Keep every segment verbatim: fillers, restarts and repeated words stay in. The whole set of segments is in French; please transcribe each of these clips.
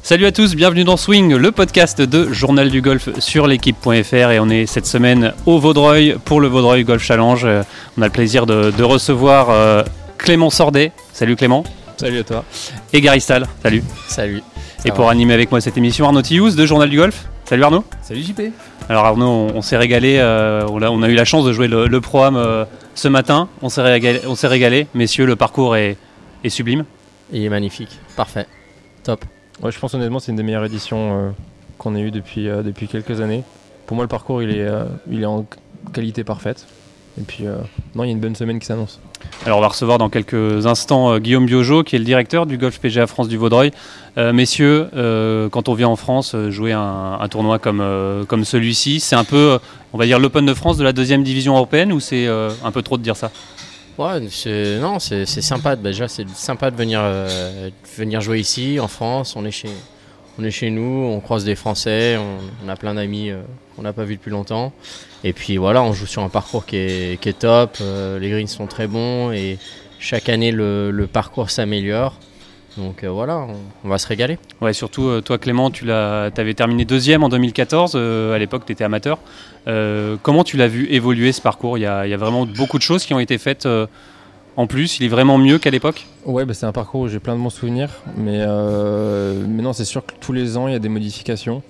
Salut à tous, bienvenue dans Swing, le podcast de Journal du Golf sur l'équipe point F R et on est cette semaine au Vaudreuil pour le Vaudreuil Golf Challenge. On a le plaisir de, de recevoir euh, Clément Sordet. Salut Clément. Salut à toi. Et Gary Stahl. Salut. Salut. Et pour animer avec moi cette émission, Arnaud Tillous de Journal du Golf. Salut Arnaud. Salut J P. Alors Arnaud, on, on s'est régalé, euh, on, a, on a eu la chance de jouer le, le Pro-Am euh, ce matin. On s'est régalé, on s'est régalé. Messieurs, le parcours est, est sublime. Il est magnifique, parfait, top. Ouais, je pense honnêtement c'est une des meilleures éditions euh, qu'on ait eues depuis, euh, depuis quelques années. Pour moi le parcours il est, euh, il est en qualité parfaite. Et puis euh, non, il y a une bonne semaine qui s'annonce. Alors on va recevoir dans quelques instants euh, Guillaume Biojo qui est le directeur du Golf P G A France du Vaudreuil. Euh, messieurs, euh, quand on vient en France euh, jouer un, un tournoi comme, euh, comme celui-ci, c'est un peu, euh, on va dire, l'Open de France de la deuxième division européenne ou c'est euh, un peu trop de dire ça ? Ouais, c'est, non, c'est, c'est sympa. Déjà, c'est sympa de venir, euh, de venir jouer ici, en France. On est chez, on est chez nous, on croise des Français, on, on a plein d'amis euh, qu'on n'a pas vus depuis longtemps. Et puis voilà, on joue sur un parcours qui est, qui est top. Euh, les greens sont très bons et chaque année, le, le parcours s'améliore. Donc euh, voilà, on, on va se régaler. Ouais, surtout euh, toi Clément, tu l'as, avais terminé deuxième en deux mille quatorze. Euh, à l'époque, tu étais amateur. Euh, comment tu l'as vu évoluer ce parcours ? Il y a, il y a vraiment beaucoup de choses qui ont été faites euh, en plus. Il est vraiment mieux qu'à l'époque ? Ouais, bah, c'est un parcours où j'ai plein de bons souvenirs. Mais, euh, mais non, c'est sûr que tous les ans, il y a des modifications.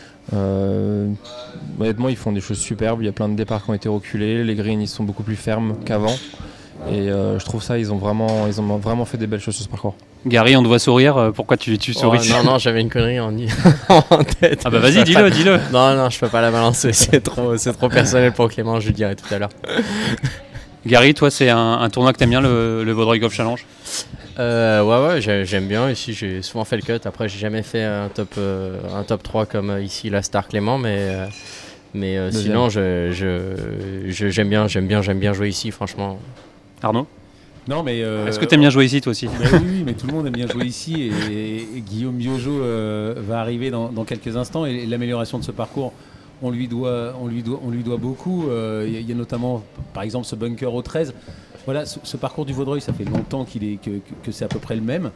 Euh, honnêtement, ils font des choses superbes. Il y a plein de départs qui ont été reculés. Les greens, ils sont beaucoup plus fermes qu'avant. Et euh, je trouve ça, ils ont, vraiment, ils ont vraiment fait des belles choses sur ce parcours. Gary, on te voit sourire. Pourquoi tu, tu souris ? Oh, Non, non, j'avais une connerie en, en tête. Ah bah vas-y, dis-le, dis-le. Non, non, je peux pas la balancer. C'est trop, c'est trop personnel pour Clément, je le dirai tout à l'heure. Gary, toi, c'est un, un tournoi que t'aimes bien, le, le Vaudreuil Golf Challenge ? Euh, ouais, ouais, j'ai, j'aime bien. Ici, j'ai souvent fait le cut. Après, j'ai jamais fait un top, euh, un top trois comme euh, ici, la Star Clément. Mais, euh, mais euh, sinon, je, je, je, j'aime bien, j'aime bien, j'aime bien jouer ici, franchement. Arnaud ? Non, mais euh, Est-ce que tu aimes bien jouer ici, toi aussi ? bah oui, oui, mais tout le monde aime bien jouer ici et, et Guillaume Biojo euh, va arriver dans, dans quelques instants et l'amélioration de ce parcours, on lui doit, on lui doit, on lui doit beaucoup. Il euh, y, y a notamment, par exemple, ce bunker au treize. Voilà, ce, ce parcours du Vaudreuil, ça fait longtemps qu'il est, que, que, que c'est à peu près le même.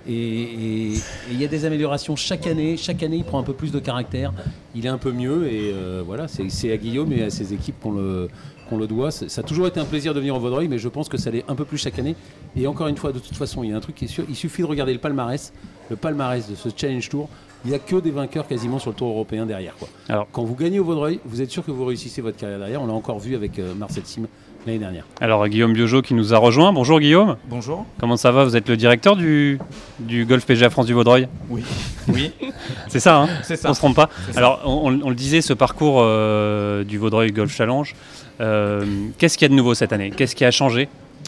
Et il y a des améliorations chaque année. Chaque année, il prend un peu plus de caractère. Il est un peu mieux. Et euh, voilà, c'est, c'est à Guillaume et à ses équipes qu'on le, qu'on le doit. Ça a toujours été un plaisir de venir au Vaudreuil, mais je pense que ça l'est un peu plus chaque année. Et encore une fois, de toute façon, il y a un truc qui est sûr. Il suffit de regarder le palmarès. Le palmarès de ce Challenge Tour. Il n'y a que des vainqueurs quasiment sur le Tour européen derrière, quoi. Alors, quand vous gagnez au Vaudreuil, vous êtes sûr que vous réussissez votre carrière derrière. On l'a encore vu avec euh, Marcel Sim l'année dernière. Alors Guillaume Biojo qui nous a rejoint. Bonjour Guillaume. Bonjour. Comment ça va ? Vous êtes le directeur du, du Golf P G A France du Vaudreuil ? Oui. Oui. C'est ça, hein ? C'est ça. On se trompe pas. C'est Alors on, on le disait, ce parcours euh, du Vaudreuil Golf Challenge, euh, qu'est-ce qu'il y a de nouveau cette année ? Qu'est-ce qui a changé ?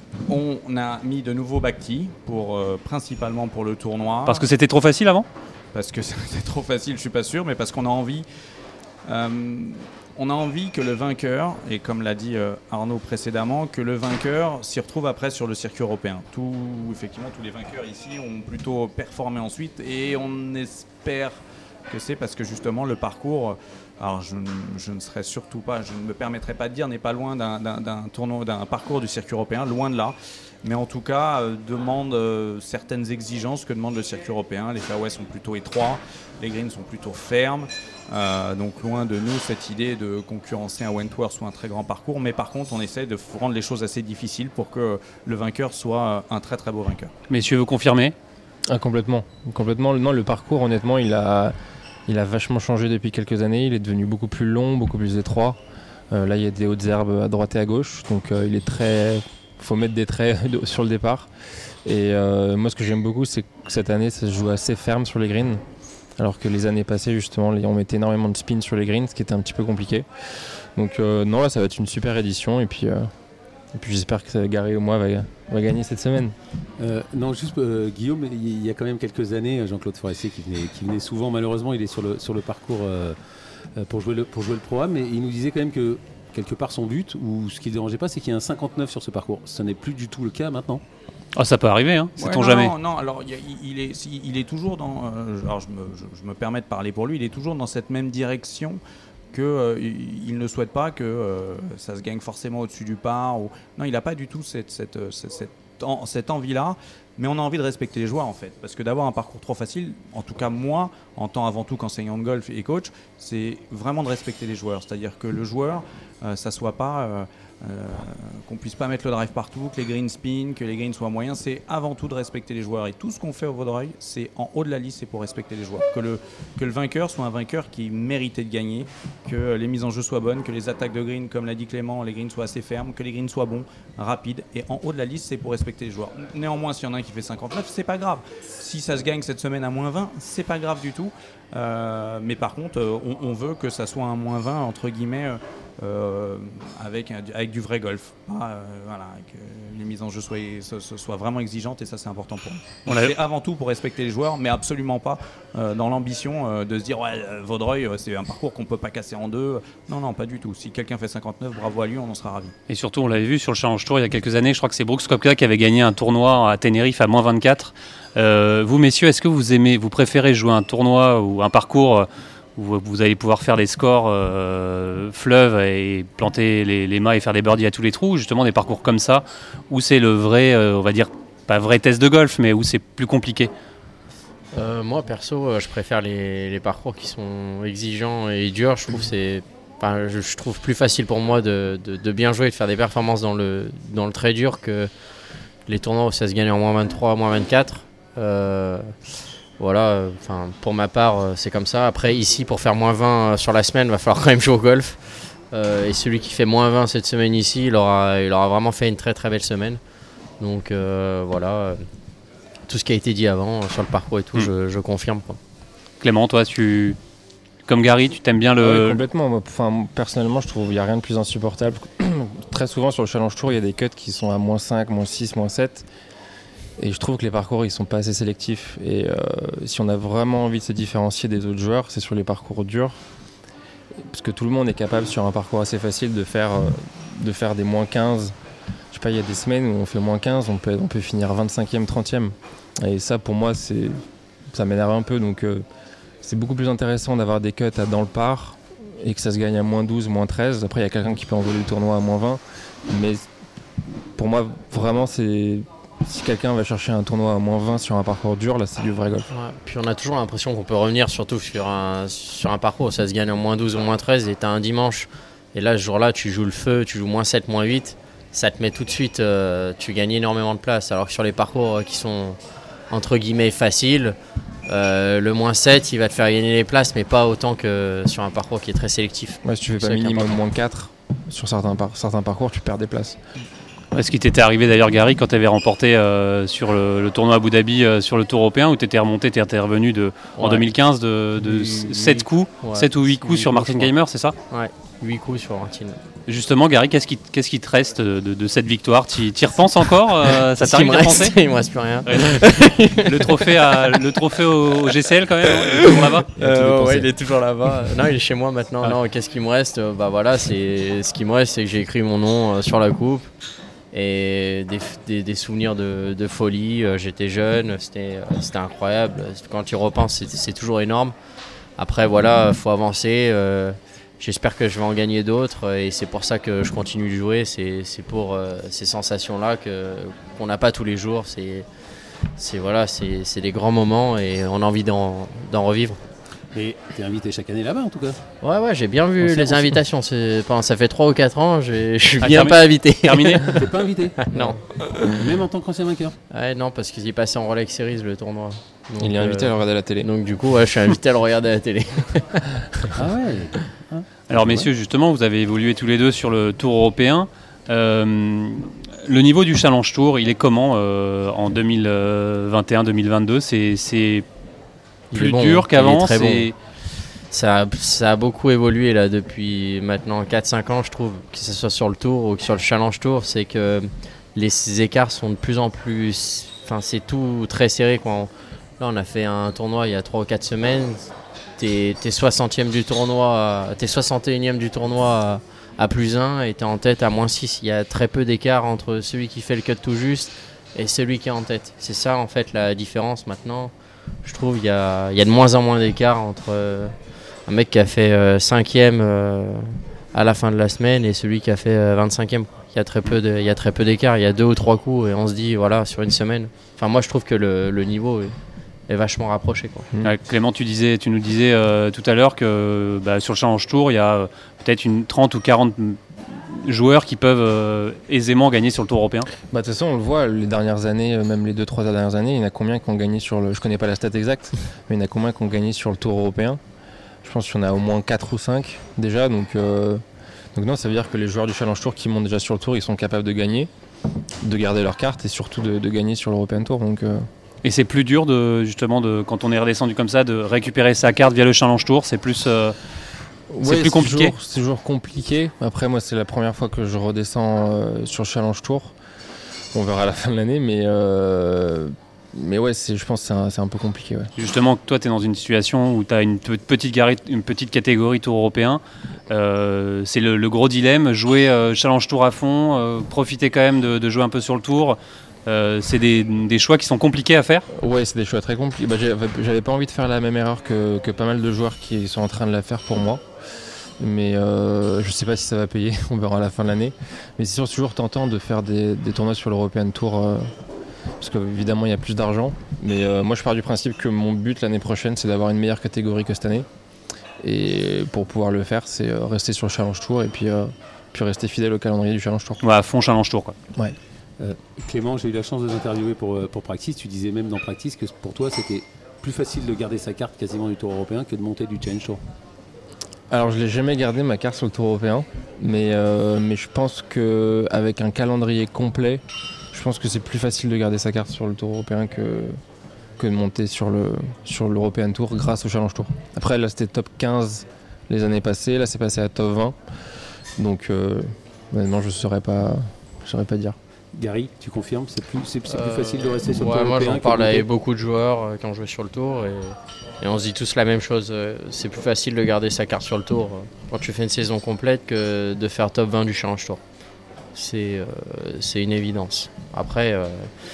On a mis de nouveaux back-tees, pour, euh, principalement pour le tournoi. Parce que c'était trop facile avant ? Parce que c'est trop facile, je suis pas sûr, mais parce qu'on a envie... Euh, on a envie que le vainqueur, et comme l'a dit euh, Arnaud précédemment, que le vainqueur s'y retrouve après sur le circuit européen. Tout, effectivement, tous les vainqueurs ici ont plutôt performé ensuite et on espère que c'est parce que justement le parcours, alors je, je ne serais surtout pas, je ne me permettrai pas de dire, n'est pas loin d'un, d'un, d'un tournoi, d'un parcours du circuit européen, loin de là. Mais en tout cas, euh, demande euh, certaines exigences que demande le circuit européen. Les fairways sont plutôt étroits, les greens sont plutôt fermes. Euh, donc loin de nous cette idée de concurrencer un Wentworth ou un très grand parcours. Mais par contre, on essaie de rendre les choses assez difficiles pour que le vainqueur soit un très très beau vainqueur. Messieurs, vous confirmez ? Ah, complètement. complètement. Non, le parcours, honnêtement, il a, il a vachement changé depuis quelques années. Il est devenu beaucoup plus long, beaucoup plus étroit. Euh, là, il y a des hautes herbes à droite et à gauche. Donc euh, il est très... faut mettre des traits sur le départ. Et euh, moi, ce que j'aime beaucoup, c'est que cette année, ça se joue assez ferme sur les greens. Alors que les années passées, justement, on mettait énormément de spin sur les greens, ce qui était un petit peu compliqué. Donc euh, non, là, ça va être une super édition. Et puis, euh, et puis j'espère que Gary ou moi va, va gagner cette semaine. Euh, non, juste euh, Guillaume, il y a quand même quelques années, Jean-Claude Forestier qui venait, qui venait souvent, malheureusement, il est sur le, sur le parcours euh, pour, jouer le, pour jouer le Pro-Am, mais il nous disait quand même que quelque part son but, ou ce qui ne le dérangeait pas, c'est qu'il y a un cinquante-neuf sur ce parcours. Ce n'est plus du tout le cas maintenant. Ah, ça peut arriver, hein, ouais, sait-on non, jamais. Non, non, alors il, il, est, il est toujours dans. Euh, alors je me, je, je me permets de parler pour lui, il est toujours dans cette même direction qu'il euh, ne souhaite pas que euh, ça se gagne forcément au-dessus du par. Ou... Non, il n'a pas du tout cette, cette, cette, cette, en, cette envie-là, mais on a envie de respecter les joueurs en fait. Parce que d'avoir un parcours trop facile, en tout cas moi, en tant avant tout qu'enseignant de golf et coach, c'est vraiment de respecter les joueurs. C'est-à-dire que le joueur, euh, ça soit pas... Euh, Euh, qu'on puisse pas mettre le drive partout, que les greens spin, que les greens soient moyens, c'est avant tout de respecter les joueurs. Et tout ce qu'on fait au Vaudreuil, c'est en haut de la liste, c'est pour respecter les joueurs. Que le, que le vainqueur soit un vainqueur qui méritait de gagner, que les mises en jeu soient bonnes, que les attaques de green, comme l'a dit Clément, les greens soient assez fermes, que les greens soient bons, rapides. Et en haut de la liste, c'est pour respecter les joueurs. Néanmoins, s'il y en a un qui fait cinquante-neuf, c'est pas grave. Si ça se gagne cette semaine à moins vingt, c'est pas grave du tout. Euh, mais par contre, euh, on, on veut que ça soit un moins vingt, entre guillemets, euh, Euh, avec, avec du vrai golf, ah, euh, voilà, que les mises en jeu soient, soient, soient vraiment exigeantes, et ça c'est important pour nous. C'est avant tout pour respecter les joueurs, mais absolument pas euh, dans l'ambition euh, de se dire ouais, Vaudreuil c'est un parcours qu'on peut pas casser en deux. Non, non, pas du tout. Si quelqu'un fait cinquante-neuf, bravo à lui, on en sera ravis. Et surtout, on l'avait vu sur le Challenge Tour il y a quelques années, je crois que c'est Brooks Koepka qui avait gagné un tournoi à Tenerife à moins vingt-quatre. Euh, vous messieurs, est-ce que vous aimez, vous préférez jouer un tournoi ou un parcours où vous allez pouvoir faire des scores euh, fleuve et planter les, les mâts et faire des birdies à tous les trous, justement des parcours comme ça, où c'est le vrai, euh, on va dire, pas vrai test de golf, mais où c'est plus compliqué? euh, Moi, perso, je préfère les, les parcours qui sont exigeants et durs. Je trouve que c'est, enfin, je, je trouve plus facile pour moi de, de, de bien jouer et de faire des performances dans le, dans le très dur que les tournois où ça se gagne en moins vingt-trois, moins vingt-quatre. Euh, Voilà, enfin euh, pour ma part euh, c'est comme ça. Après ici pour faire moins vingt euh, sur la semaine, il va falloir quand même jouer au golf. Euh, et celui qui fait moins vingt cette semaine ici, il aura, il aura vraiment fait une très très belle semaine. Donc euh, voilà, euh, tout ce qui a été dit avant euh, sur le parcours et tout, mmh. je, je confirme, quoi. Clément, toi, tu, comme Gary, tu t'aimes bien le... Ouais, complètement. Moi, enfin, personnellement, je trouve qu'il n'y a rien de plus insupportable. Très souvent sur le Challenge Tour, il y a des cuts qui sont à moins cinq, moins six, moins sept. Et je trouve que les parcours ils sont pas assez sélectifs, et euh, si on a vraiment envie de se différencier des autres joueurs, c'est sur les parcours durs, parce que tout le monde est capable sur un parcours assez facile de faire, euh, de faire des moins quinze. Je sais pas, il y a des semaines où on fait moins quinze, on peut, on peut finir vingt-cinquième, trentième, et ça pour moi c'est, ça m'énerve un peu. Donc euh, c'est beaucoup plus intéressant d'avoir des cuts à dans le par et que ça se gagne à moins douze, moins treize. Après il y a quelqu'un qui peut envoler le tournoi à moins vingt, mais pour moi vraiment c'est... Si quelqu'un va chercher un tournoi à moins vingt sur un parcours dur, là c'est du vrai golf. Ouais, puis on a toujours l'impression qu'on peut revenir surtout sur un, sur un parcours où ça se gagne en moins douze ou moins treize, et t'as un dimanche, et là ce jour-là tu joues le feu, tu joues moins sept, moins huit, ça te met tout de suite, euh, tu gagnes énormément de place. Alors que sur les parcours qui sont entre guillemets faciles, euh, le moins sept il va te faire gagner les places, mais pas autant que sur un parcours qui est très sélectif. Ouais, si tu fais pas minimum moins quatre, sur certains, par- certains parcours tu perds des places. Est-ce qui t'était arrivé d'ailleurs, Gary, quand tu avais remporté euh, sur le, le tournoi Abu Dhabi euh, sur le Tour européen, où tu étais remonté, tu étais revenu de, ouais. en deux mille quinze de, de oui, sept coups, ouais. sept ou huit coups sur Martin Kaymer, c'est ça? Ouais, huit coups sur Martin. Justement, Gary, qu'est-ce qui, qu'est-ce qui te reste de, de cette victoire? Tu y repenses encore euh, Ça t'arrive d'y repenser? Il me reste plus rien. Ouais. le, trophée à, le trophée au, au G C L quand même, il est toujours là-bas? euh, Ouais, il est toujours là-bas. Non, il est chez moi maintenant. Ah. Non, qu'est-ce qui me reste? Bah voilà, c'est, ce qui me reste, c'est que j'ai écrit mon nom euh, sur la coupe. Et des, des, des souvenirs de, de folie. Euh, j'étais jeune, c'était, c'était incroyable. Quand tu repenses, c'est, c'est toujours énorme. Après, voilà, il faut avancer. Euh, j'espère que je vais en gagner d'autres, et c'est pour ça que je continue de jouer. C'est, c'est pour euh, ces sensations-là que, qu'on n'a pas tous les jours. C'est, c'est, voilà, c'est, c'est des grands moments, et on a envie d'en, d'en revivre. Et t'es invité chaque année là-bas en tout cas? Ouais, ouais, j'ai bien vu les invitations. C'est, enfin, ça fait trois ou quatre ans, je suis ah, bien terminé. pas invité. Terminé? T'es pas invité? Non. Même en tant qu'ancien vainqueur? Ouais, non, parce qu'il est passé en Rolex Series le tournoi. Donc, il est invité euh, à le regarder à la télé. Donc du coup, ouais, je suis invité à le regarder à la télé. Ah ouais. Ah, alors messieurs, ouais. Justement, vous avez évolué tous les deux sur le Tour européen. Euh, le niveau du Challenge Tour, il est comment euh, en deux mille vingt et un deux mille vingt-deux? C'est, c'est plus bon, dur qu'avant? C'est... Bon. Ça a, ça a beaucoup évolué là depuis maintenant quatre cinq ans, je trouve, que ce soit sur le Tour ou sur le Challenge Tour. C'est que les écarts sont de plus en plus... Enfin, c'est tout très serré. Quand là, on a fait un tournoi il y a trois ou quatre semaines. T'es, t'es soixantième du tournoi, t'es soixante et unième du tournoi à, à plus un, et t'es en tête à moins six. Il y a très peu d'écart entre celui qui fait le cut tout juste et celui qui est en tête. C'est ça, en fait, la différence maintenant. Je trouve qu'il y a, il y a de moins en moins d'écart entre... un mec qui a fait euh, cinquième euh, à la fin de la semaine et celui qui a fait euh, vingt-cinquième. Il y a très peu de, il y a très peu d'écart, il y a deux ou trois coups et on se dit voilà sur une semaine. Enfin moi je trouve que le, le niveau est, est vachement rapproché quoi. Mmh. Ouais, Clément, tu disais, tu nous disais euh, tout à l'heure que bah, sur le Challenge Tour, il y a euh, peut-être une trente ou quarante joueurs qui peuvent euh, aisément gagner sur le Tour européen. Bah, de toute façon, on le voit, les dernières années, même les deux trois dernières années, il y en a combien qui ont gagné sur le. Je connais pas la stat exacte, mais il y en a combien qui ont gagné sur le Tour européen. Je pense qu'il y en a au moins quatre ou cinq déjà. Donc, euh, donc non, ça veut dire que les joueurs du Challenge Tour qui montent déjà sur le Tour, ils sont capables de gagner, de garder leur carte et surtout de, de gagner sur l'European Tour. Donc, euh... Et c'est plus dur de justement de quand on est redescendu comme ça de récupérer sa carte via le Challenge Tour. C'est plus euh, c'est ouais, plus compliqué. C'est toujours, c'est toujours compliqué. Après, moi, c'est la première fois que je redescends euh, sur le Challenge Tour. On verra à la fin de l'année, mais euh, mais ouais, c'est, je pense que c'est un, c'est un peu compliqué. Ouais. Justement, toi, tu es dans une situation où tu as une petite, gari- une petite catégorie Tour européen. Euh, c'est le, le gros dilemme, jouer euh, Challenge Tour à fond, euh, profiter quand même de, de jouer un peu sur le Tour. Euh, c'est des, des choix qui sont compliqués à faire. Ouais, c'est des choix très compliqués. Bah, j'avais, j'avais pas envie de faire la même erreur que, que pas mal de joueurs qui sont en train de la faire pour moi. Mais euh, je sais pas si ça va payer, on verra à la fin de l'année. Mais c'est sûr, toujours tentant de faire des, des tournois sur l'European Tour. Euh, parce qu'évidemment il y a plus d'argent, mais euh, moi je pars du principe que mon but l'année prochaine c'est d'avoir une meilleure catégorie que cette année, et pour pouvoir le faire c'est euh, rester sur le Challenge Tour et puis, euh, puis rester fidèle au calendrier du Challenge Tour. Ouais, à fond Challenge Tour quoi. Ouais. Euh, Clément, j'ai eu la chance de t'interviewer pour, pour Practice, tu disais même dans Practice que pour toi c'était plus facile de garder sa carte quasiment du Tour européen que de monter du Challenge Tour. Alors je l'ai jamais gardé ma carte sur le Tour européen, mais, euh, mais je pense qu'avec un calendrier complet, je pense que c'est plus facile de garder sa carte sur le Tour européen que, que de monter sur, le, sur l'European Tour grâce au Challenge Tour. Après là c'était top quinze les années passées, là c'est passé à top vingt, donc euh, maintenant je ne saurais pas, je saurais pas dire. Gary, tu confirmes, c'est plus, c'est, c'est plus Euh, facile de rester sur le ouais, Tour moi européen. j'en parle avec beaucoup de joueurs euh, quand je vais sur le Tour et, et on se dit tous la même chose. euh, C'est plus facile de garder sa carte sur le Tour euh, quand tu fais une saison complète que de faire top vingt du Challenge Tour. C'est, euh, c'est une évidence. Après, euh,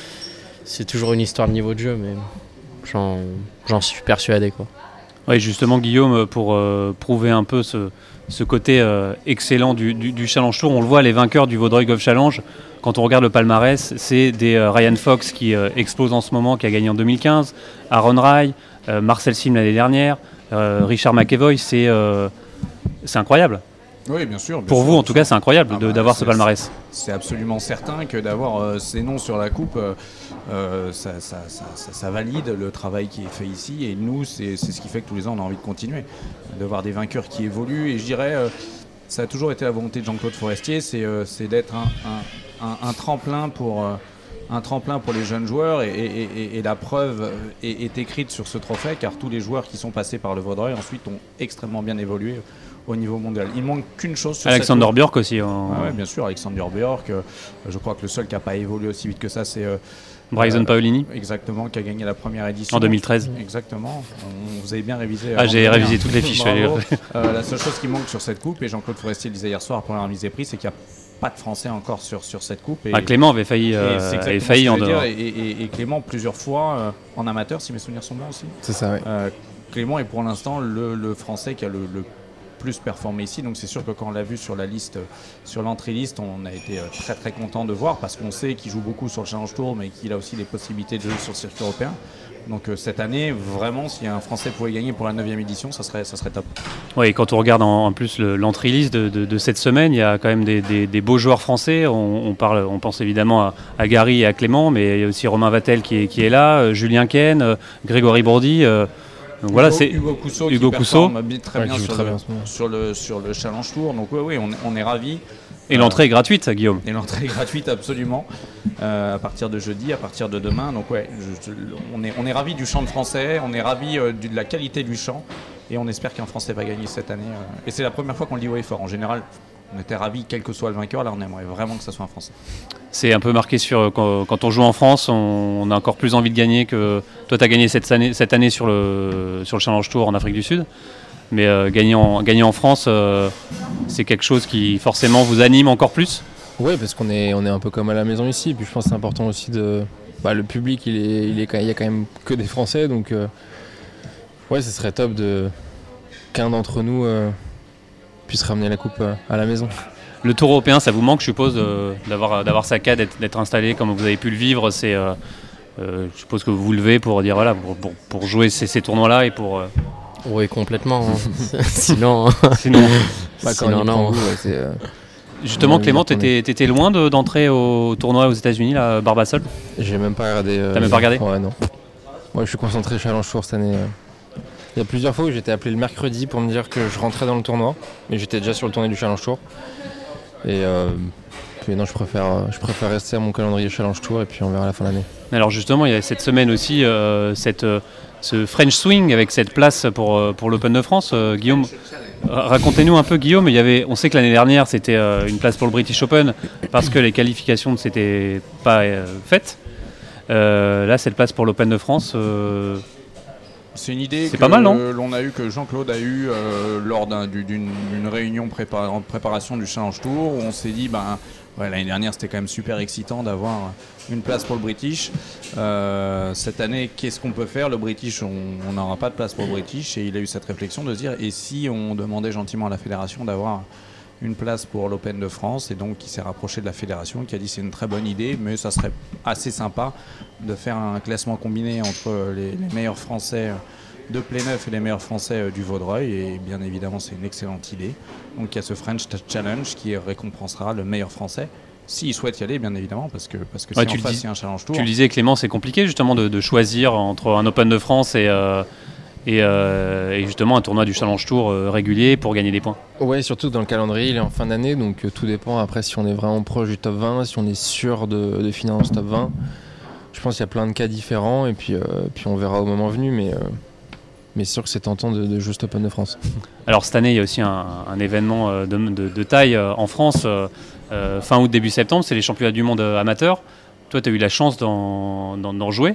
c'est toujours une histoire de niveau de jeu, mais j'en, j'en suis persuadé quoi. Oui, justement, Guillaume, pour euh, prouver un peu ce, ce côté euh, excellent du, du, du Challenge Tour, on le voit, les vainqueurs du Vaudreuil Golf Challenge, quand on regarde le palmarès, c'est des euh, Ryan Fox qui euh, explose en ce moment, qui a gagné en deux mille quinze, Aaron Rai, euh, Marcel Sim l'année dernière, euh, Richard McEvoy, c'est, euh, c'est incroyable. Oui, bien sûr. Bien pour sûr, vous, en tout sûr. cas, c'est incroyable Ah de, bah, d'avoir c'est, ce palmarès. C'est absolument certain que d'avoir euh, ces noms sur la coupe, euh, euh, ça, ça, ça, ça, ça valide le travail qui est fait ici. Et nous, c'est, c'est ce qui fait que tous les ans, on a envie de continuer. De voir des vainqueurs qui évoluent. Et je dirais, euh, ça a toujours été la volonté de Jean-Claude Forestier, c'est, euh, c'est d'être un, un, un, un tremplin pour... Euh, un tremplin pour les jeunes joueurs et, et, et, et la preuve est, est écrite sur ce trophée car tous les joueurs qui sont passés par le Vaudreuil ensuite ont extrêmement bien évolué au niveau mondial. Il manque qu'une chose sur Alexander cette... Björk aussi. En... Ah ouais, bien sûr, Alexander Björk. Euh, je crois que le seul qui n'a pas évolué aussi vite que ça, c'est euh, Bryson euh, Paolini. Exactement, qui a gagné la première édition. En deux mille treize. Exactement. On, vous avez bien révisé. Ah, j'ai révisé toutes les fiches. euh, la seule chose qui manque sur cette coupe, et Jean-Claude Forestier le disait hier soir pour la remise des prix, c'est qu'il n'y a pas de Français encore sur, sur cette coupe. Et, ah, Clément avait failli, euh, avait failli en dehors. Et, et, et Clément, plusieurs fois, euh, en amateur, si mes souvenirs sont bons aussi. C'est ça, oui. Euh, Clément est pour l'instant le, le Français qui a le, le plus performé ici. Donc c'est sûr que quand on l'a vu sur la liste, sur l'entrée liste, on a été très très content de voir parce qu'on sait qu'il joue beaucoup sur le Challenge Tour, mais qu'il a aussi les possibilités de jouer sur le circuit européen. Donc euh, cette année, vraiment, si un Français pouvait gagner pour la neuvième édition, ça serait, ça serait top. Oui, et quand on regarde en, en plus le, l'entrée liste de, de, de cette semaine, il y a quand même des, des, des beaux joueurs français. On, on, parle, on pense évidemment à, à Gary et à Clément, mais il y a aussi Romain Vattel qui est, qui est là, euh, Julien Ken, euh, Grégory Bourdi. Euh, donc voilà, Hugo, c'est Hugo Cousseau Hugo qui Cousseau. performe très ouais, bien, sur, très le, bien sur, le, sur le Challenge Tour. Donc oui, oui, on, on est ravis. Et l'entrée est gratuite, Guillaume. Et l'entrée est gratuite, absolument, euh, à partir de jeudi, à partir de demain. Donc ouais, je, je, on est, on est ravis du chant de français, on est ravis euh, de la qualité du chant, et on espère qu'un Français va gagner cette année. Euh, et c'est la première fois qu'on le dit haut et fort. En général, on était ravis, quel que soit le vainqueur. Là, on aimerait vraiment que ça soit un Français. C'est un peu marqué sur quand, quand on joue en France, on, on a encore plus envie de gagner que toi. Tu as gagné cette année, cette année sur le sur le Challenge Tour en Afrique du Sud. Mais euh, gagner, en, gagner en France, euh, c'est quelque chose qui forcément vous anime encore plus. Oui, parce qu'on est, on est un peu comme à la maison ici. Puis je pense que c'est important aussi de... Bah, le public, il est, il est, il y a quand même que des Français. Donc, euh, ouais, ce serait top de, qu'un d'entre nous euh, puisse ramener la coupe euh, à la maison. Le Tour européen, ça vous manque, je suppose, euh, d'avoir, d'avoir sa carte, d'être, d'être installé comme vous avez pu le vivre. C'est, euh, euh, je suppose que vous vous levez pour dire voilà, pour, pour, pour jouer ces, ces tournois-là et pour. Euh... Oui, complètement. Hein. Sinon, sinon, bah, quand sinon on non. Vous, ouais, c'est, euh... Justement, Ouais, Clément, il a tourné. t'étais, t'étais loin de, d'entrer au tournoi aux États-Unis, là, à Barbasol. J'ai même pas regardé. Euh, T'as même pas regardé ? Ouais, non. Moi, je suis concentré Challenge Tour cette année. euh. Il y a plusieurs fois où j'étais appelé le mercredi pour me dire que je rentrais dans le tournoi, mais j'étais déjà sur le tournoi du Challenge Tour. Et euh, puis non, je préfère, euh, je préfère rester à mon calendrier Challenge Tour et puis on verra à la fin de l'année. Alors justement, il y a cette semaine aussi euh, cette, euh, ce French Swing avec cette place pour, euh, pour l'Open de France. Euh, Guillaume, ra- racontez-nous un peu, Guillaume. Il y avait, on sait que l'année dernière, c'était euh, une place pour le British Open parce que les qualifications ne s'étaient pas euh, faites. Euh, là, cette place pour l'Open de France. Euh, C'est une idée C'est que pas mal, non l'on a eu, que Jean-Claude a eu euh, lors d'un, du- d'une, d'une réunion prépa- en préparation du Challenge Tour où on s'est dit, ben, ouais, l'année dernière c'était quand même super excitant d'avoir une place pour le British. Euh, cette année, qu'est-ce qu'on peut faire ? Le British, on n'aura pas de place pour le British, et il a eu cette réflexion de se dire, et si on demandait gentiment à la fédération d'avoir une place pour l'Open de France, et donc il s'est rapproché de la fédération qui a dit c'est une très bonne idée, mais ça serait assez sympa de faire un classement combiné entre les, les meilleurs Français de Pléneuf et les meilleurs Français du Vaudreuil, et bien évidemment c'est une excellente idée. Donc il y a ce French Challenge qui récompensera le meilleur Français, s'il souhaite y aller bien évidemment, parce que, parce que Ouais, si tu en le face dis- il y a un Challenge Tour. tu le disais, Clément, c'est compliqué justement de, de choisir entre un Open de France et, euh, et, euh, et justement un tournoi du Challenge Tour euh, régulier pour gagner des points. Ouais, surtout que dans le calendrier, il est en fin d'année, donc euh, tout dépend après si on est vraiment proche du top vingt, si on est sûr de, de finir dans ce top vingt. Je pense qu'il y a plein de cas différents et puis, euh, puis on verra au moment venu, mais, euh, mais c'est sûr que c'est tentant de, de jouer cet Open de France. Alors cette année, il y a aussi un, un événement euh, de, de- de taille euh, en France, euh, euh, fin août, début septembre, c'est les championnats du monde euh, amateurs. Toi, tu as eu la chance d'en, d'en, d'en jouer.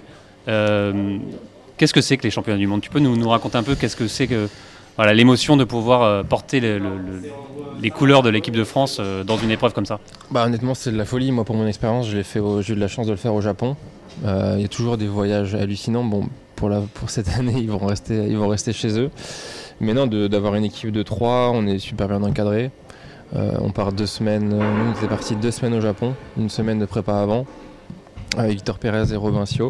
Euh, qu'est-ce que c'est que les championnats du monde ? Tu peux nous, nous raconter un peu qu'est-ce que c'est que voilà, l'émotion de pouvoir euh, porter le- le- le- les couleurs de l'équipe de France euh, dans une épreuve comme ça ? Bah, honnêtement, c'est de la folie. Moi, pour mon expérience, je l'ai fait au- j'ai eu de la chance de le faire au Japon. Euh, Il y a toujours des voyages hallucinants. Bon, pour, la, pour cette année, ils vont rester, ils vont rester chez eux. Mais non, de- d'avoir une équipe de trois, on est super bien encadré. Euh, on part deux semaines. euh, Nous, on était partis deux semaines au Japon, une semaine de prépa avant, avec Victor Pérez et Robin Sio.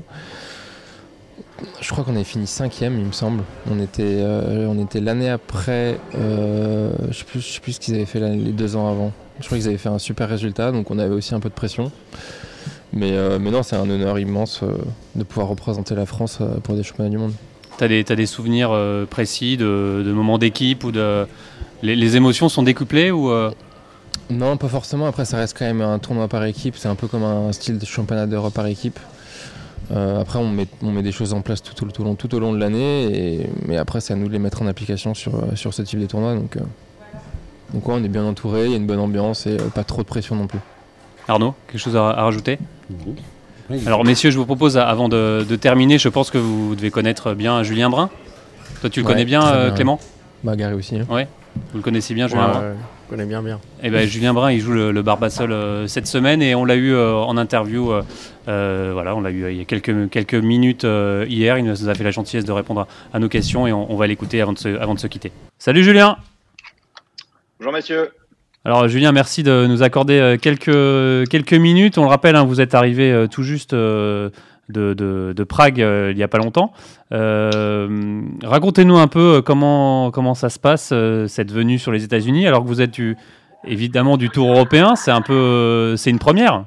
Je crois qu'on avait fini cinquième, il me semble. On était, euh, on était l'année après. Euh, je ne sais plus, je sais plus ce qu'ils avaient fait l'année- les deux ans avant. Je crois qu'ils avaient fait un super résultat, donc on avait aussi un peu de pression. Mais, euh, mais non, c'est un honneur immense euh, de pouvoir représenter la France euh, pour des championnats du monde. Tu as des, t'as des souvenirs euh, précis de, de moments d'équipe ou de... Les, les émotions sont décuplées ou euh, Non, pas forcément. Après, ça reste quand même un tournoi par équipe. C'est un peu comme un style de championnat d'Europe par équipe. Euh, après, on met, on met des choses en place tout, au- tout, au long, tout au long de l'année. Et, mais après, c'est à nous de les mettre en application sur, euh, sur ce type de tournoi. Donc, euh, donc ouais, on est bien entouré, il y a une bonne ambiance et euh, pas trop de pression non plus. Arnaud, quelque chose à, à rajouter ? Oui. Alors messieurs, je vous propose, avant de, de terminer, je pense que vous devez connaître bien Julien Brun. Toi, tu le Ouais, connais bien, très euh, bien. Clément ? Bah, Gary aussi. Hein. Vous le connaissez bien, Julien Brun ? Ouais, je connais bien bien. Eh ben, Julien Brun, il joue le, le Barbasol euh, cette semaine et on l'a eu euh, en interview. euh, euh, voilà, on l'a eu euh, il y a quelques, quelques minutes euh, hier. Il nous a fait la gentillesse de répondre à, à nos questions et on, on va l'écouter avant de, se, avant de se quitter. Salut Julien. Bonjour messieurs. Alors Julien, merci de nous accorder euh, quelques, quelques minutes. On le rappelle, hein, vous êtes arrivé euh, tout juste euh, de, de, de Prague euh, il n'y a pas longtemps. Euh, racontez-nous un peu euh, comment, comment ça se passe, euh, cette venue sur les États-Unis, alors que vous êtes du, évidemment du Tour européen. C'est un peu, euh, c'est une première.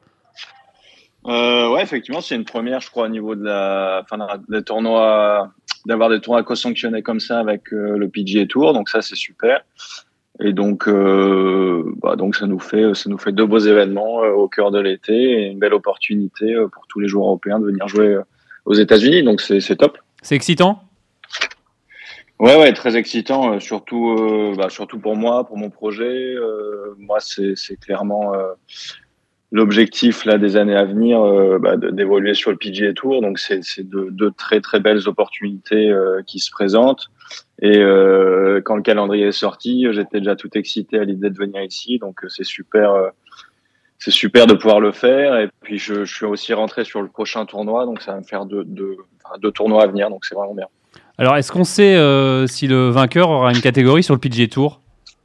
Euh, ouais, effectivement, c'est une première, je crois, au niveau de la, enfin, des tournois, d'avoir des tournois co-sanctionnés comme ça avec euh, le P G A Tour. Donc ça, c'est super. Et donc, euh, bah, donc ça nous fait, ça nous fait deux beaux événements euh, au cœur de l'été et une belle opportunité euh, pour tous les joueurs européens de venir jouer euh, aux États-Unis. Donc c'est, c'est top. C'est excitant. Ouais, ouais, très excitant, euh, surtout, euh, bah, surtout pour moi, pour mon projet. Euh, moi, c'est, c'est clairement euh, l'objectif là des années à venir, euh, bah, de, d'évoluer sur le P G A Tour. Donc, c'est, c'est deux de très très belles opportunités euh, qui se présentent. Et euh, quand le calendrier est sorti, j'étais déjà tout excité à l'idée de venir ici. Donc, c'est super, euh, c'est super de pouvoir le faire. Et puis, je, je suis aussi rentré sur le prochain tournoi, donc ça va me faire deux, deux, enfin, deux tournois à venir. Donc, c'est vraiment bien. Alors, est-ce qu'on sait euh, si le vainqueur aura une catégorie sur le P G A Tour ?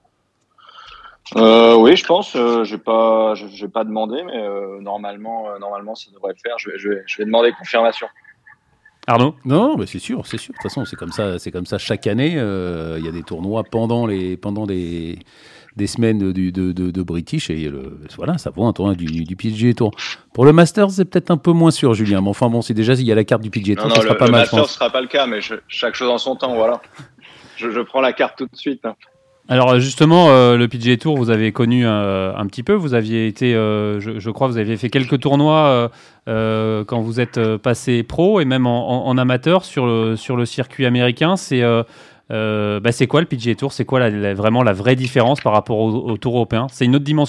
Euh, oui, je pense. Euh, j'ai pas, je- j'ai pas demandé, mais euh, normalement, euh, normalement, ça devrait le faire. Je vais, je vais, je vais demander confirmation. Arnaud ? Non, mais c'est sûr, c'est sûr. De toute façon, c'est comme ça, c'est comme ça chaque année. euh, Il y a des tournois pendant les, pendant des, des semaines de, de, de, de British et le, voilà, ça vaut un tournoi du, du P G A Tour. Pour le Masters, c'est peut-être un peu moins sûr, Julien. Mais enfin bon, c'est déjà il y a la carte du P G A Tour, Non, ça non, sera le, pas le mal, je Masters pense. sera pas le cas, mais je- chaque chose en son temps, voilà. Je, je prends la carte tout de suite. hein. Alors justement, euh, le P G A Tour, vous avez connu euh, un petit peu. Vous aviez été, euh, je, je crois, vous aviez fait quelques tournois euh, euh, quand vous êtes euh, passé pro et même en, en- en amateur sur le, sur le circuit américain. C'est euh, euh, bah, c'est quoi le P G A Tour ? C'est quoi la- la- vraiment la vraie différence par rapport au, au Tour européen ? C'est une autre dimension ?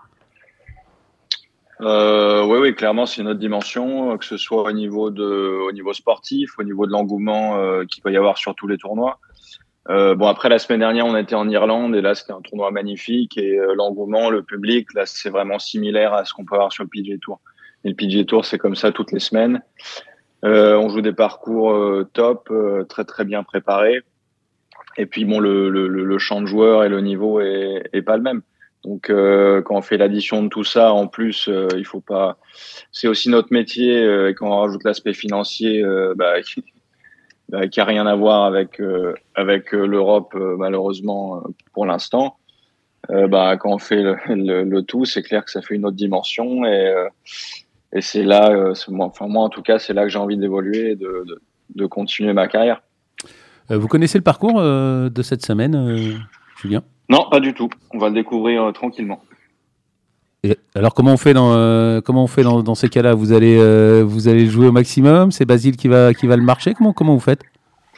Euh, oui, oui, clairement, c'est une autre dimension, euh, que ce soit au niveau de, au niveau sportif, au niveau de l'engouement euh, qu'il peut y avoir sur tous les tournois. Euh, bon, après, la semaine dernière, on était en Irlande et là, c'était un tournoi magnifique et euh, l'engouement, le public, là, c'est vraiment similaire à ce qu'on peut avoir sur le P G A Tour. Et le P G A Tour, c'est comme ça toutes les semaines. Euh, on joue des parcours euh, top, euh, très très bien préparés. Et puis bon, le, le, le le champ de joueurs et le niveau est, est pas le même. Donc, euh, quand on fait l'addition de tout ça, en plus, euh, il faut pas. C'est aussi notre métier. Euh, et quand on rajoute l'aspect financier, euh, bah, qui, bah, qui a rien à voir avec euh, avec euh, l'Europe, euh, malheureusement euh, pour l'instant. Euh, bah, quand on fait le, le, le tout, c'est clair que ça fait une autre dimension. Et euh, et c'est là, euh, c'est moi, enfin moi en tout cas, c'est là que j'ai envie d'évoluer et de, de de continuer ma carrière. Euh, vous connaissez le parcours euh, de cette semaine, euh, Julien ? Non, pas du tout. On va le découvrir euh, tranquillement. Et alors comment on fait dans euh, comment on fait dans, dans ces cas-là ? Vous allez euh, vous allez jouer au maximum ? C'est Basile qui va qui va le marcher ? Comment comment vous faites ?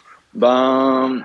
Ben,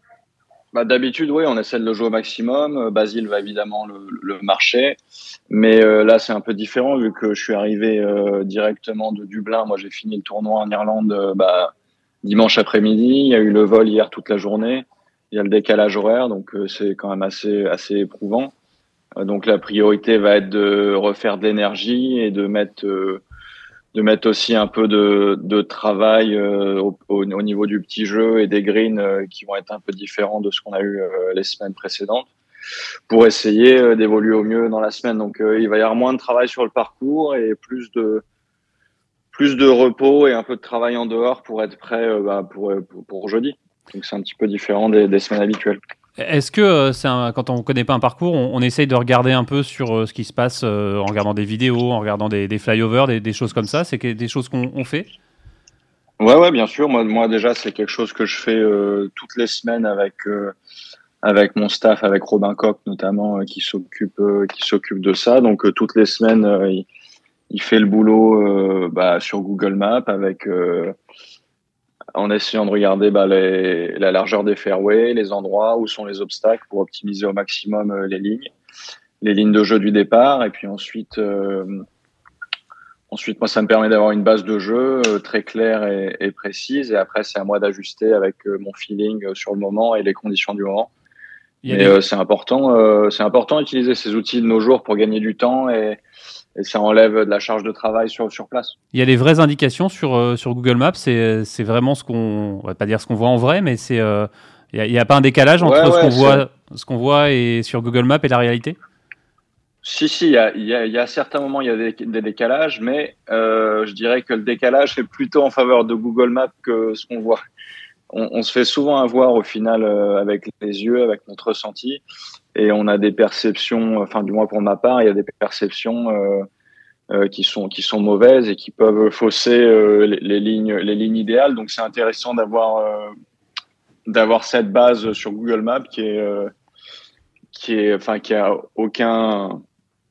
bah d'habitude, oui, on essaie de le jouer au maximum. Euh, Basile va évidemment le, le marcher, mais euh, là c'est un peu différent vu que je suis arrivé euh, directement de Dublin. Moi, j'ai fini le tournoi en Irlande euh, bah, dimanche après-midi. Il y a eu le vol hier toute la journée. Il y a le décalage horaire, donc euh, c'est quand même assez assez éprouvant. Euh, donc la priorité va être de refaire de l'énergie et de mettre euh, de mettre aussi un peu de, de travail euh, au, au, au niveau du petit jeu et des greens euh, qui vont être un peu différents de ce qu'on a eu euh, les semaines précédentes pour essayer euh, d'évoluer au mieux dans la semaine. Donc euh, il va y avoir moins de travail sur le parcours et plus de plus de repos et un peu de travail en dehors pour être prêt euh, bah, pour, pour pour jeudi. Donc c'est un petit peu différent des, des semaines habituelles. Est-ce que euh, c'est un- quand on ne connaît pas un parcours, on, on essaye de regarder un peu sur euh, ce qui se passe euh, en regardant des vidéos, en regardant des, des flyovers, des, des choses comme ça ? C'est que- des choses qu'on on fait ? Ouais, ouais, bien sûr. Moi, moi déjà, c'est quelque chose que je fais euh, toutes les semaines avec euh, avec mon staff, avec Robin Koch notamment, euh, qui s'occupe euh, qui s'occupe de ça. Donc euh, toutes les semaines, euh, il, il fait le boulot euh, bah, sur Google Maps avec euh, en essayant de regarder bah, les, la largeur des fairways, les endroits où sont les obstacles pour optimiser au maximum euh, les lignes, les lignes de jeu du départ, et puis ensuite. Euh, Ensuite, moi, ça me permet d'avoir une base de jeu euh, très claire et, et précise. Et après, c'est à moi d'ajuster avec euh, mon feeling euh, sur le moment et les conditions du moment. Il y a Mais des- euh, c'est important, euh, c'est important d'utiliser ces outils de nos jours pour gagner du temps et, et ça enlève de la charge de travail sur, sur place. Il y a des vraies indications sur, euh, sur Google Maps, c'est, c'est vraiment ce qu'on, on va pas dire ce qu'on voit en vrai, mais c'est, euh, il n'y a, a pas un décalage entre Ouais, ce, ouais, qu'on c'est- voit, ce qu'on voit et sur Google Maps et la réalité ? Si, si, il y a, il y, a, il y a à certains moments, il y a des, des décalages, mais euh, je dirais que le décalage est plutôt en faveur de Google Maps que ce qu'on voit. On, on se fait souvent avoir au final euh, avec les yeux, avec notre ressenti, et on a des perceptions, enfin du moins pour ma part, il y a des perceptions euh, euh, qui sont qui sont mauvaises et qui peuvent fausser euh, les, les lignes les lignes idéales. Donc c'est intéressant d'avoir euh, d'avoir cette base sur Google Maps qui est euh, qui est enfin qui a aucun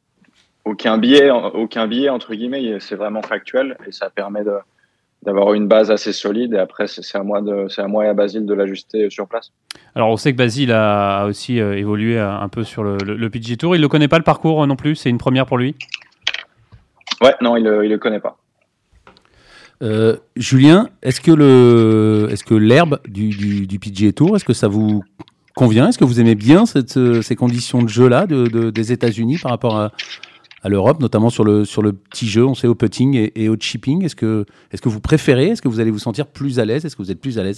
aucun biais aucun biais entre guillemets. C'est vraiment factuel et ça permet de d'avoir une base assez solide et après c'est, c'est à moi de c'est à moi et à Basile de l'ajuster sur place. Alors on sait que Basile a, a aussi euh, évolué euh, un peu sur le, le, le P G A Tour. Il ne connaît pas le parcours euh, non plus, c'est une première pour lui. Ouais, non, il le, il le connaît pas. Euh, Julien, est-ce que, le, est-ce que l'herbe du, du, du P G A Tour, est-ce que ça vous convient ? Est-ce que vous aimez bien cette, ces conditions de jeu-là de, de, des États-Unis par rapport à, à l'Europe, notamment sur le, sur le petit jeu, on sait, au putting et, et au chipping ? Est-ce que, est-ce que vous préférez ? Est-ce que vous allez vous sentir plus à l'aise ? Est-ce que vous êtes plus à l'aise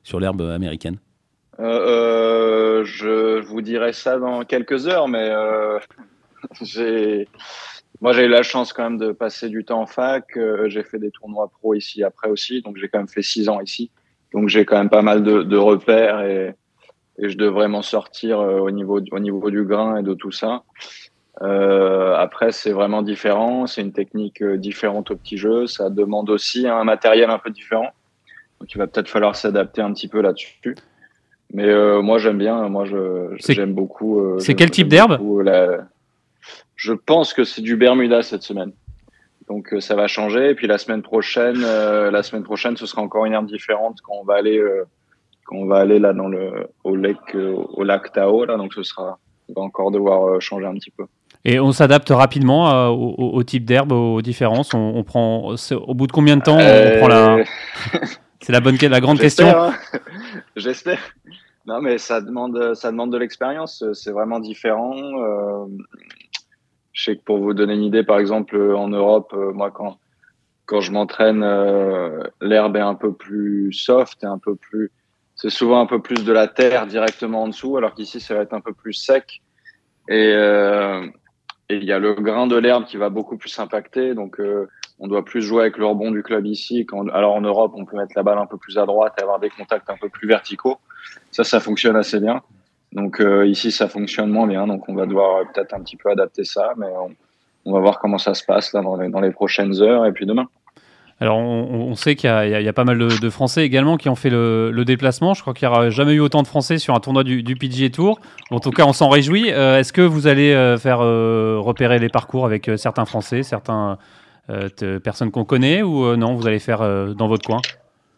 sur l'herbe américaine? euh, euh, Je vous dirai ça dans quelques heures, mais euh, j'ai... moi j'ai eu la chance quand même de passer du temps en fac. Euh, j'ai fait des tournois pro ici après aussi, donc j'ai quand même fait six ans ici. Donc j'ai quand même pas mal de, de repères et, et je devrais m'en sortir euh, au niveau au niveau du grain et de tout ça. Euh, après, c'est vraiment différent. C'est une technique euh, différente au petit jeu. Ça demande aussi un matériel un peu différent. Donc, il va peut-être falloir s'adapter un petit peu là-dessus. Mais euh, moi, j'aime bien. Moi, je, C'est- j'aime beaucoup. euh, c'est j'aime- quel type j'aime d'herbe beaucoup la- Je pense que c'est du Bermuda cette semaine. Donc, euh, ça va changer. Et puis, la semaine prochaine, euh, la semaine prochaine, ce sera encore une herbe différente quand on va aller, euh, quand on va aller là dans le, au lac, euh, au lac Tao. Là, donc, ce sera, on va encore devoir euh, changer un petit peu. Et on s'adapte rapidement euh, au, au- au type d'herbe, aux différences. On, on prend, c'est- au bout de combien de temps on Euh, prend la. C'est la bonne, la grande question. J'espère, hein. J'espère. Non, mais ça demande, ça demande de l'expérience. C'est vraiment différent. Euh, je sais que pour vous donner une idée, par exemple, en Europe, euh, moi, quand, quand je m'entraîne, euh, l'herbe est un peu plus soft et un peu plus, c'est souvent un peu plus de la terre directement en dessous, alors qu'ici, ça va être un peu plus sec. Et, euh, et il y a le grain de l'herbe qui va beaucoup plus impacter. Donc, euh, on doit plus jouer avec le rebond du club ici. Quand, alors en Europe, on peut mettre la balle un peu plus à droite et avoir des contacts un peu plus verticaux. Ça, ça fonctionne assez bien. Donc euh, ici, ça fonctionne moins bien. Donc on va devoir euh, peut-être un petit peu adapter ça. Mais on, on va voir comment ça se passe là dans les, dans les prochaines heures et puis demain. Alors, on, on sait qu'il y a, il y a- il y a pas mal de, de Français également qui ont fait le, le déplacement. Je crois qu'il n'y aura jamais eu autant de Français sur un tournoi du, du P G A Tour. En tout cas, on s'en réjouit. Euh, est-ce que vous allez euh, faire euh, repérer les parcours avec euh, certains Français, certaines euh, personnes qu'on connaît, ou euh, non, vous allez faire euh, dans votre coin?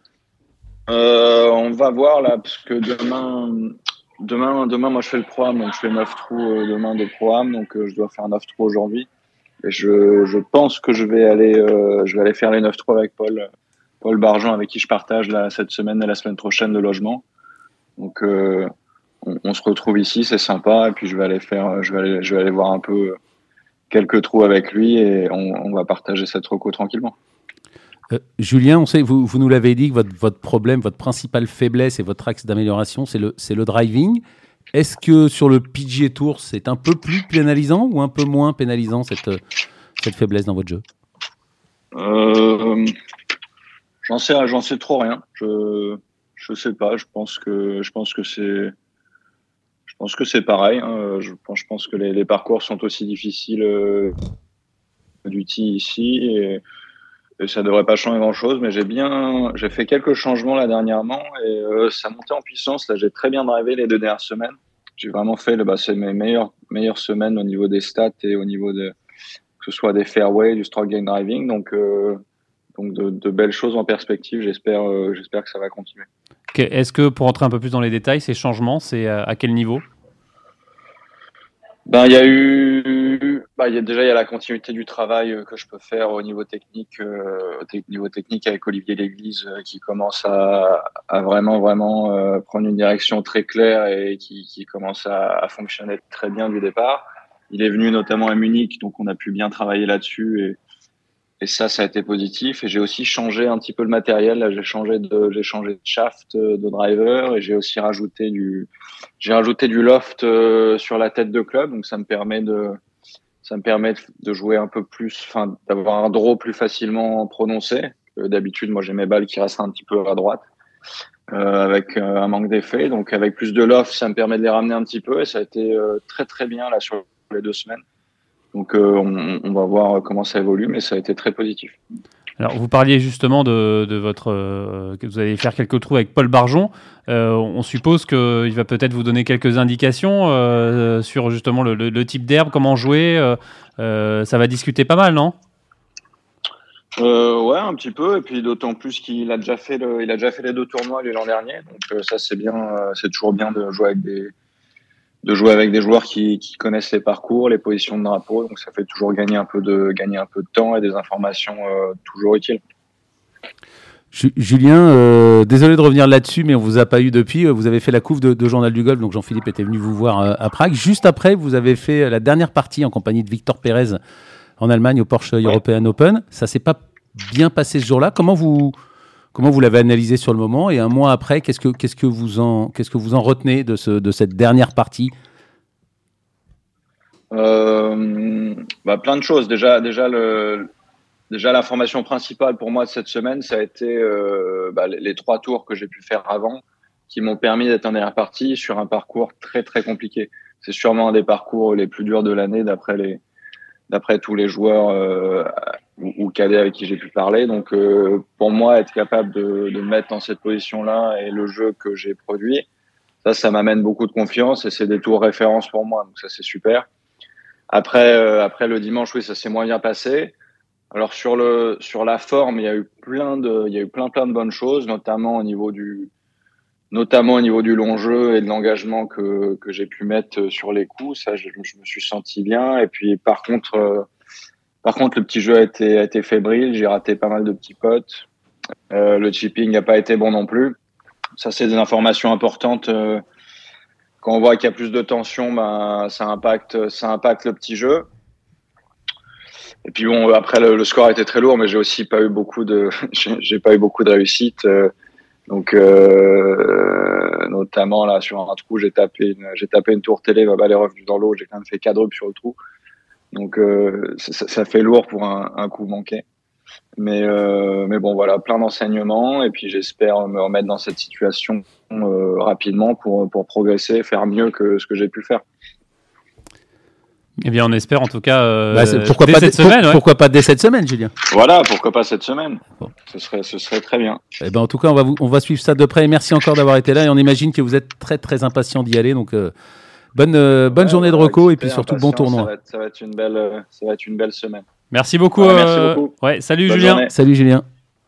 Euh, on va voir là, parce que demain, demain, demain, moi je fais le programme, donc je fais neuf trous euh, demain de programme, donc euh, je dois faire neuf trous aujourd'hui. Et je, je pense que je vais aller, euh, je vais aller faire les neuf trous avec Paul, Paul Bargeon, avec qui je partage là cette semaine et la semaine prochaine le logement. Donc euh, on, on se retrouve ici, c'est sympa, et puis je vais aller faire, je vais aller, je vais aller voir un peu quelques trous avec lui et on, on va partager cette reco tranquillement. Euh, Julien, on sait, vous, vous nous l'avez dit que votre, votre problème, votre principale faiblesse et votre axe d'amélioration, c'est le, c'est le driving. Est-ce que sur le P G A Tour, c'est un peu plus pénalisant ou un peu moins pénalisant cette, cette faiblesse dans votre jeu? euh, J'en sais, j'en sais trop rien. Je, je sais pas. Je pense que, je pense que c'est, je pense que c'est pareil. Hein. Je pense, je pense que les, les parcours sont aussi difficiles euh, du tee ici et, et ça devrait pas changer grand chose. Mais j'ai bien, j'ai fait quelques changements là dernièrement et euh, ça montait en puissance. Là, j'ai très bien drivé les deux dernières semaines. J'ai vraiment fait le, bah, c'est mes meilleures, meilleures semaines au niveau des stats et au niveau de, que ce soit des fairways, du stroke gain driving. Donc, euh, donc de, de belles choses en perspective. J'espère, euh, j'espère que ça va continuer. Que- Est-ce que, pour entrer un peu plus dans les détails, ces changements, c'est à, à quel niveau? Ben, il y a eu, bah, il y a déjà, il y a la continuité du travail euh, que je peux faire au niveau technique, euh, au te- niveau technique avec Olivier Léglise, euh, qui commence à, à vraiment, vraiment euh, prendre une direction très claire et qui, qui commence à, à fonctionner très bien du départ. Il est venu notamment à Munich, donc on a pu bien travailler là-dessus et, et ça, ça a été positif. Et j'ai aussi changé un petit peu le matériel. Là, j'ai changé de, j'ai changé de shaft, euh, de driver et j'ai aussi rajouté du, j'ai rajouté du loft euh, sur la tête de club, donc ça me permet de, ça me permet de jouer un peu plus, enfin d'avoir un draw plus facilement prononcé. Euh, D'habitude, moi j'ai mes balles qui restent un petit peu à droite, euh, avec euh, un manque d'effet. Donc avec plus de loft, ça me permet de les ramener un petit peu et ça a été euh, très très bien là sur les deux semaines. Donc euh, on, on va voir comment ça évolue, mais ça a été très positif. Alors, vous parliez justement de, de votre, euh, que vous allez faire quelques trous avec Paul Bargeon. Euh, on suppose qu'il va peut-être vous donner quelques indications euh, sur justement le, le- le type d'herbe, comment jouer. euh, euh, ça va discuter pas mal, non? Euh, ouais, un petit peu, et puis d'autant plus qu'il a déjà fait le, il a déjà fait les deux tournois lui, l'an dernier, donc euh, ça c'est bien, euh, c'est toujours bien de jouer avec des, de jouer avec des joueurs qui, qui connaissent les parcours, les positions de drapeau, donc ça fait toujours gagner un peu de, gagner un peu de temps et des informations euh, toujours utiles. Ju- Julien, euh, désolé de revenir là-dessus, mais on vous a pas eu depuis. Euh, Vous avez fait la couve de, de Journal du Golf, donc Jean-Philippe était venu vous voir euh, à Prague. Juste après, vous avez fait la dernière partie en compagnie de Victor Pérez en Allemagne au Porsche European Open. Ça s'est pas bien passé ce jour-là. Comment vous, comment vous l'avez analysé sur le moment et un mois après, qu'est-ce que, qu'est-ce que, vous, en, qu'est-ce que vous en retenez de, ce, de cette dernière partie? euh, bah, Plein de choses. Déjà, déjà, le, déjà l'information principale pour moi de cette semaine, ça a été euh, bah, les, les trois tours que j'ai pu faire avant qui m'ont permis d'être en dernière partie sur un parcours très, très compliqué. C'est sûrement un des parcours les plus durs de l'année d'après les d'après tous les joueurs euh, ou, ou cadets avec qui j'ai pu parler. Donc, euh, pour moi, être capable de, de me mettre dans cette position-là et le jeu que j'ai produit, ça, ça m'amène beaucoup de confiance et c'est des tours références pour moi. Donc, ça, c'est super. Après, euh, après le dimanche, oui, ça s'est moins bien passé. Alors, sur le sur la forme, il y a eu plein de il y a eu plein plein de bonnes choses, notamment au niveau du notamment au niveau du long jeu et de l'engagement que, que j'ai pu mettre sur les coups. Ça, je, je me suis senti bien. Et puis, par contre, euh, par contre, le petit jeu a été, a été fébrile. J'ai raté pas mal de petits potes. Euh, le chipping n'a pas été bon non plus. Ça, c'est des informations importantes. Euh, quand on voit qu'il y a plus de tension, ben, ça impacte, ça impacte le petit jeu. Et puis bon, après, le, le score a été très lourd, mais j'ai aussi pas eu beaucoup de, j'ai, j'ai pas eu beaucoup de réussite. Euh, Donc, euh, notamment là sur un trou, j'ai tapé une, j'ai tapé une tour télé, ma balle est revenue dans l'eau, j'ai quand même fait quadruple sur le trou. Donc, euh, ça, ça fait lourd pour un, un coup manqué. Mais, euh, mais bon, voilà, plein d'enseignements et puis j'espère me remettre dans cette situation euh, rapidement pour pour progresser, faire mieux que ce que j'ai pu faire. Eh bien, on espère en tout cas euh, bah, pourquoi dès pas cette dès, semaine. pour, Ouais. Pourquoi pas dès cette semaine, Julien? Voilà, pourquoi pas cette semaine. Bon. Ce serait, ce serait très bien. Eh ben, en tout cas, on va, vous, on va suivre ça de près. Merci encore d'avoir été là et on imagine que vous êtes très très impatient d'y aller. Donc, euh, bonne, euh, bonne Ouais, journée de ouais, reco et puis super surtout bon impatient, tournoi. Ça va être, ça va être une belle, euh, ça va être une belle semaine. Merci beaucoup. Ouais, merci euh, beaucoup. Ouais, salut Bonne Julien. journée. Salut Julien.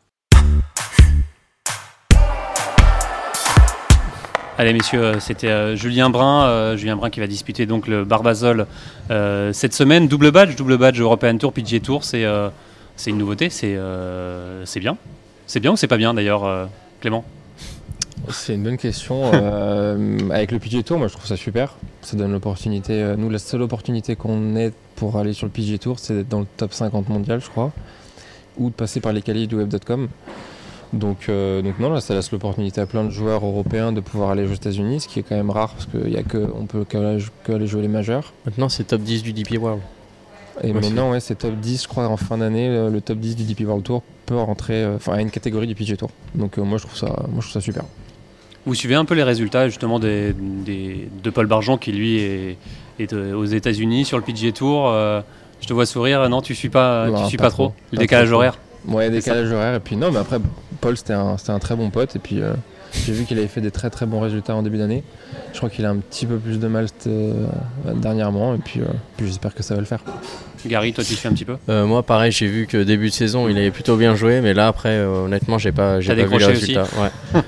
Allez messieurs, euh, c'était euh, Julien Brun, euh, Julien Brun qui va disputer donc le Barbasol euh, cette semaine. Double badge, double badge European Tour, P G A Tour, c'est euh, c'est une nouveauté, c'est euh, c'est bien. C'est bien ou c'est pas bien d'ailleurs, euh, Clément? C'est une bonne question. euh, avec le P G A Tour, moi je trouve ça super. Ça donne l'opportunité. euh, Nous, la seule opportunité qu'on ait pour aller sur le P G A Tour, c'est d'être dans le top cinquante mondial, je crois, ou de passer par les qualifs du web point com. Donc, euh, donc non, là, ça laisse l'opportunité à plein de joueurs européens de pouvoir aller aux États-Unis, ce qui est quand même rare parce qu'on y a que, on peut qu'aller aller jouer les majeurs. Maintenant, c'est top dix du D P World. Et Ouais, maintenant, ouais, c'est top dix, je crois, en fin d'année, le, le top dix du D P World Tour peut rentrer, enfin, euh, à une catégorie du P G A Tour. Donc, euh, moi, je trouve ça, moi, je trouve ça super. Vous suivez un peu les résultats justement des, des, de Paul Barjon qui lui est, est aux États-Unis sur le P G A Tour. Euh, je te vois sourire, non, tu suis pas, Non, tu suis pas pas trop, trop. le Pas décalage trop. horaire. Ouais, décalage horaire. Et puis non, mais après, Paul, c'était un, c'était un très bon pote. Et puis, euh, j'ai vu qu'il avait fait des très très bons résultats en début d'année. Je crois qu'il a un petit peu plus de mal euh, dernièrement. Et puis, euh, puis j'espère que ça va le faire. Gary, toi tu suis un petit peu? Euh, moi, pareil, j'ai vu que début de saison, il avait plutôt bien joué, mais là, après, euh, honnêtement, j'ai pas, j'ai T'as pas vu les décroché aussi résultats. Ouais.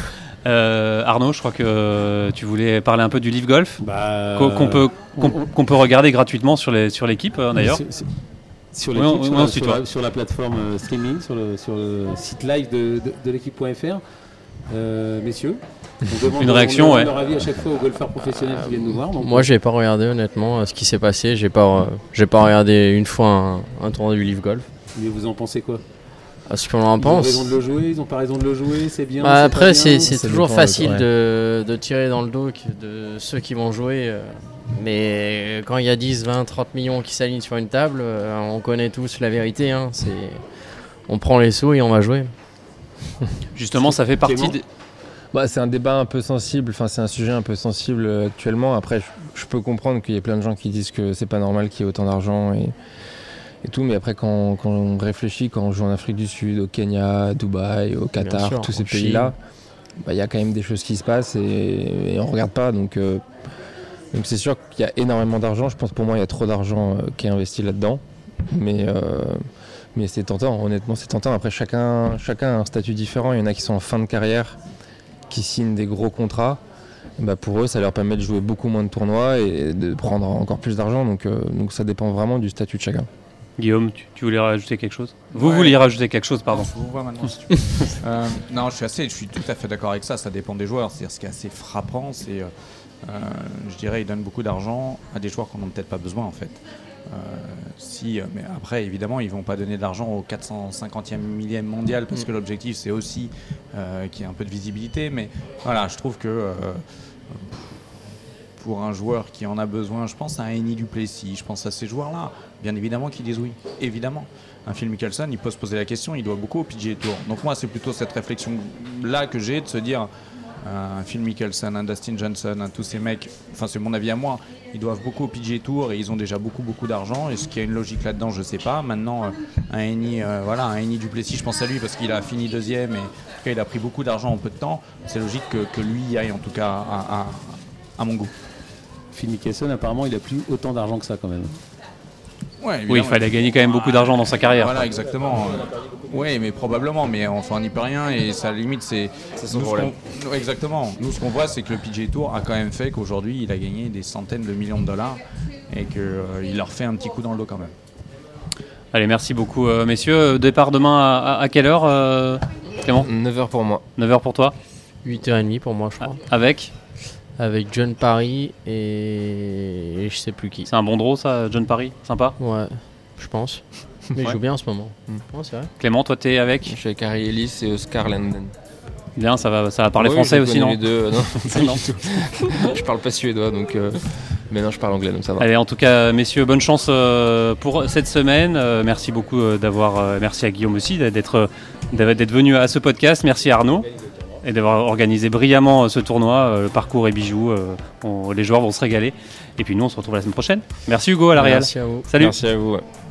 Euh, Arnaud, je crois que euh, tu voulais parler un peu du Live Golf, Bah, qu'on qu'on peut, qu'on, on- qu'on peut regarder gratuitement sur, les, sur l'équipe euh, d'ailleurs. Sur, sur- sur Oui, l'équipe, on- sur, oui, la- on suit sur toi. la, sur la plateforme euh, streaming, sur le, sur le site live de, de, de l'équipe.fr. Euh, messieurs, on demande, Une réaction, on demande ouais. leur avis à chaque fois aux golfeurs professionnels qui viennent nous voir. Donc, Moi, j'ai pas regardé honnêtement euh, ce qui s'est passé. J'ai pas, euh, j'ai pas regardé une fois un, un tournoi du Live Golf. mais vous en pensez quoi? À ce qu'on en Ils ont pense. raison de le jouer, ils ont pas raison de le jouer, c'est bien. Bah, c'est après, pas bien. c'est, c'est Ça toujours dépend, facile ouais. de, de tirer dans le dos que de ceux qui vont jouer. euh, mais quand il y a dix, vingt, trente millions qui s'alignent sur une table, euh, on connaît tous la vérité. Hein, c'est, on prend les sous et on va jouer. Justement, ça fait partie. Clément Des... Bah, c'est un débat un peu sensible, enfin c'est un sujet un peu sensible euh, actuellement. Après, je, je peux comprendre qu'il y ait plein de gens qui disent que c'est pas normal qu'il y ait autant d'argent et, et tout, mais après quand, quand on réfléchit, quand on joue en Afrique du Sud, au Kenya, à Dubaï, au Qatar, sûr, tous ces en Chine. pays-là, bah, il y a quand même des choses qui se passent et, et on regarde pas. Donc, euh, donc c'est sûr qu'il y a énormément d'argent. Je pense pour moi il y a trop d'argent euh, qui est investi là-dedans, mais euh, mais c'est tentant. Honnêtement, c'est tentant. Après chacun chacun a un statut différent. Il y en a qui sont en fin de carrière, qui signent des gros contrats, bah pour eux ça leur permet de jouer beaucoup moins de tournois et de prendre encore plus d'argent, donc, euh, donc ça dépend vraiment du statut de chacun. Guillaume, tu, tu voulais rajouter quelque chose? Vous Ouais. vouliez rajouter quelque chose, pardon. Je vous vois maintenant, si tu veux. Euh, non, je suis, assez, je suis tout à fait d'accord avec ça, ça dépend des joueurs. C'est-à-dire, ce qui est assez frappant, c'est, euh, euh, je dirais, ils donnent beaucoup d'argent à des joueurs qu'on n'a peut-être pas besoin en fait. Euh, si, mais après, évidemment, ils vont pas donner de l'argent au quatre cent cinquantième millième mondial parce que l'objectif, c'est aussi euh, qu'il y ait un peu de visibilité. Mais voilà, je trouve que euh, pour un joueur qui en a besoin, je pense à un Henny Duplessis, je pense à ces joueurs-là, bien évidemment qu'ils disent oui, évidemment. Un Phil Mickelson, il peut se poser la question, il doit beaucoup au P G A Tour. Donc moi, c'est plutôt cette réflexion-là que j'ai de se dire, un Phil Mickelson, un Dustin Johnson, un, tous ces mecs, enfin c'est mon avis à moi, ils doivent beaucoup au P G A Tour et ils ont déjà beaucoup beaucoup d'argent. Est-ce qu'il y a une logique là-dedans? Je sais pas. Maintenant, euh, un Henny, euh, voilà, un Henny Duplessis, je pense à lui parce qu'il a fini deuxième et en tout cas, il a pris beaucoup d'argent en peu de temps. C'est logique que, que lui y aille en tout cas à, à, à mon goût. Phil Mickelson, apparemment, il a plus autant d'argent que ça quand même. Ouais, oui, il fallait gagner quand même beaucoup d'argent dans sa carrière. Voilà, exactement. Oui, mais probablement, mais enfin, on n'y peut rien et ça, à la limite, c'est. C'est son problème. Ouais, exactement. Nous, ce qu'on voit, c'est que le P G A Tour a quand même fait qu'aujourd'hui, il a gagné des centaines de millions de dollars et qu'il euh, leur fait un petit coup dans le dos quand même. Allez, merci beaucoup, euh, messieurs. Départ demain à, à, à quelle heure, euh, Clément? neuf heures pour moi. neuf heures pour toi? huit heures trente pour moi, je crois. Avec Avec John Parry et... et je sais plus qui. C'est un bon draw, ça, John Parry? Sympa? Ouais, je pense. Mais Ouais. il joue bien en ce moment. Mm. Ouais, c'est vrai. Clément, toi, t'es avec? Je suis avec Harry Ellis et Oscar Landen. Bien, ça va, ça va parler Oui, français je aussi, connais non? les deux, euh, non, pas Non. du tout. Je parle pas suédois, donc. Euh... Mais non, je parle anglais, donc ça va. Allez, en tout cas, messieurs, bonne chance euh, pour cette semaine. Euh, merci beaucoup euh, d'avoir. Euh, merci à Guillaume aussi d'être euh, d'être venu à ce podcast. Merci à Arnaud et d'avoir organisé brillamment euh, ce tournoi. Euh, le parcours est bijou. Euh, on- les joueurs vont se régaler. Et puis nous, on se retrouve la semaine prochaine. Merci Hugo à la Real. Merci à vous. Salut. Merci à vous. ouais.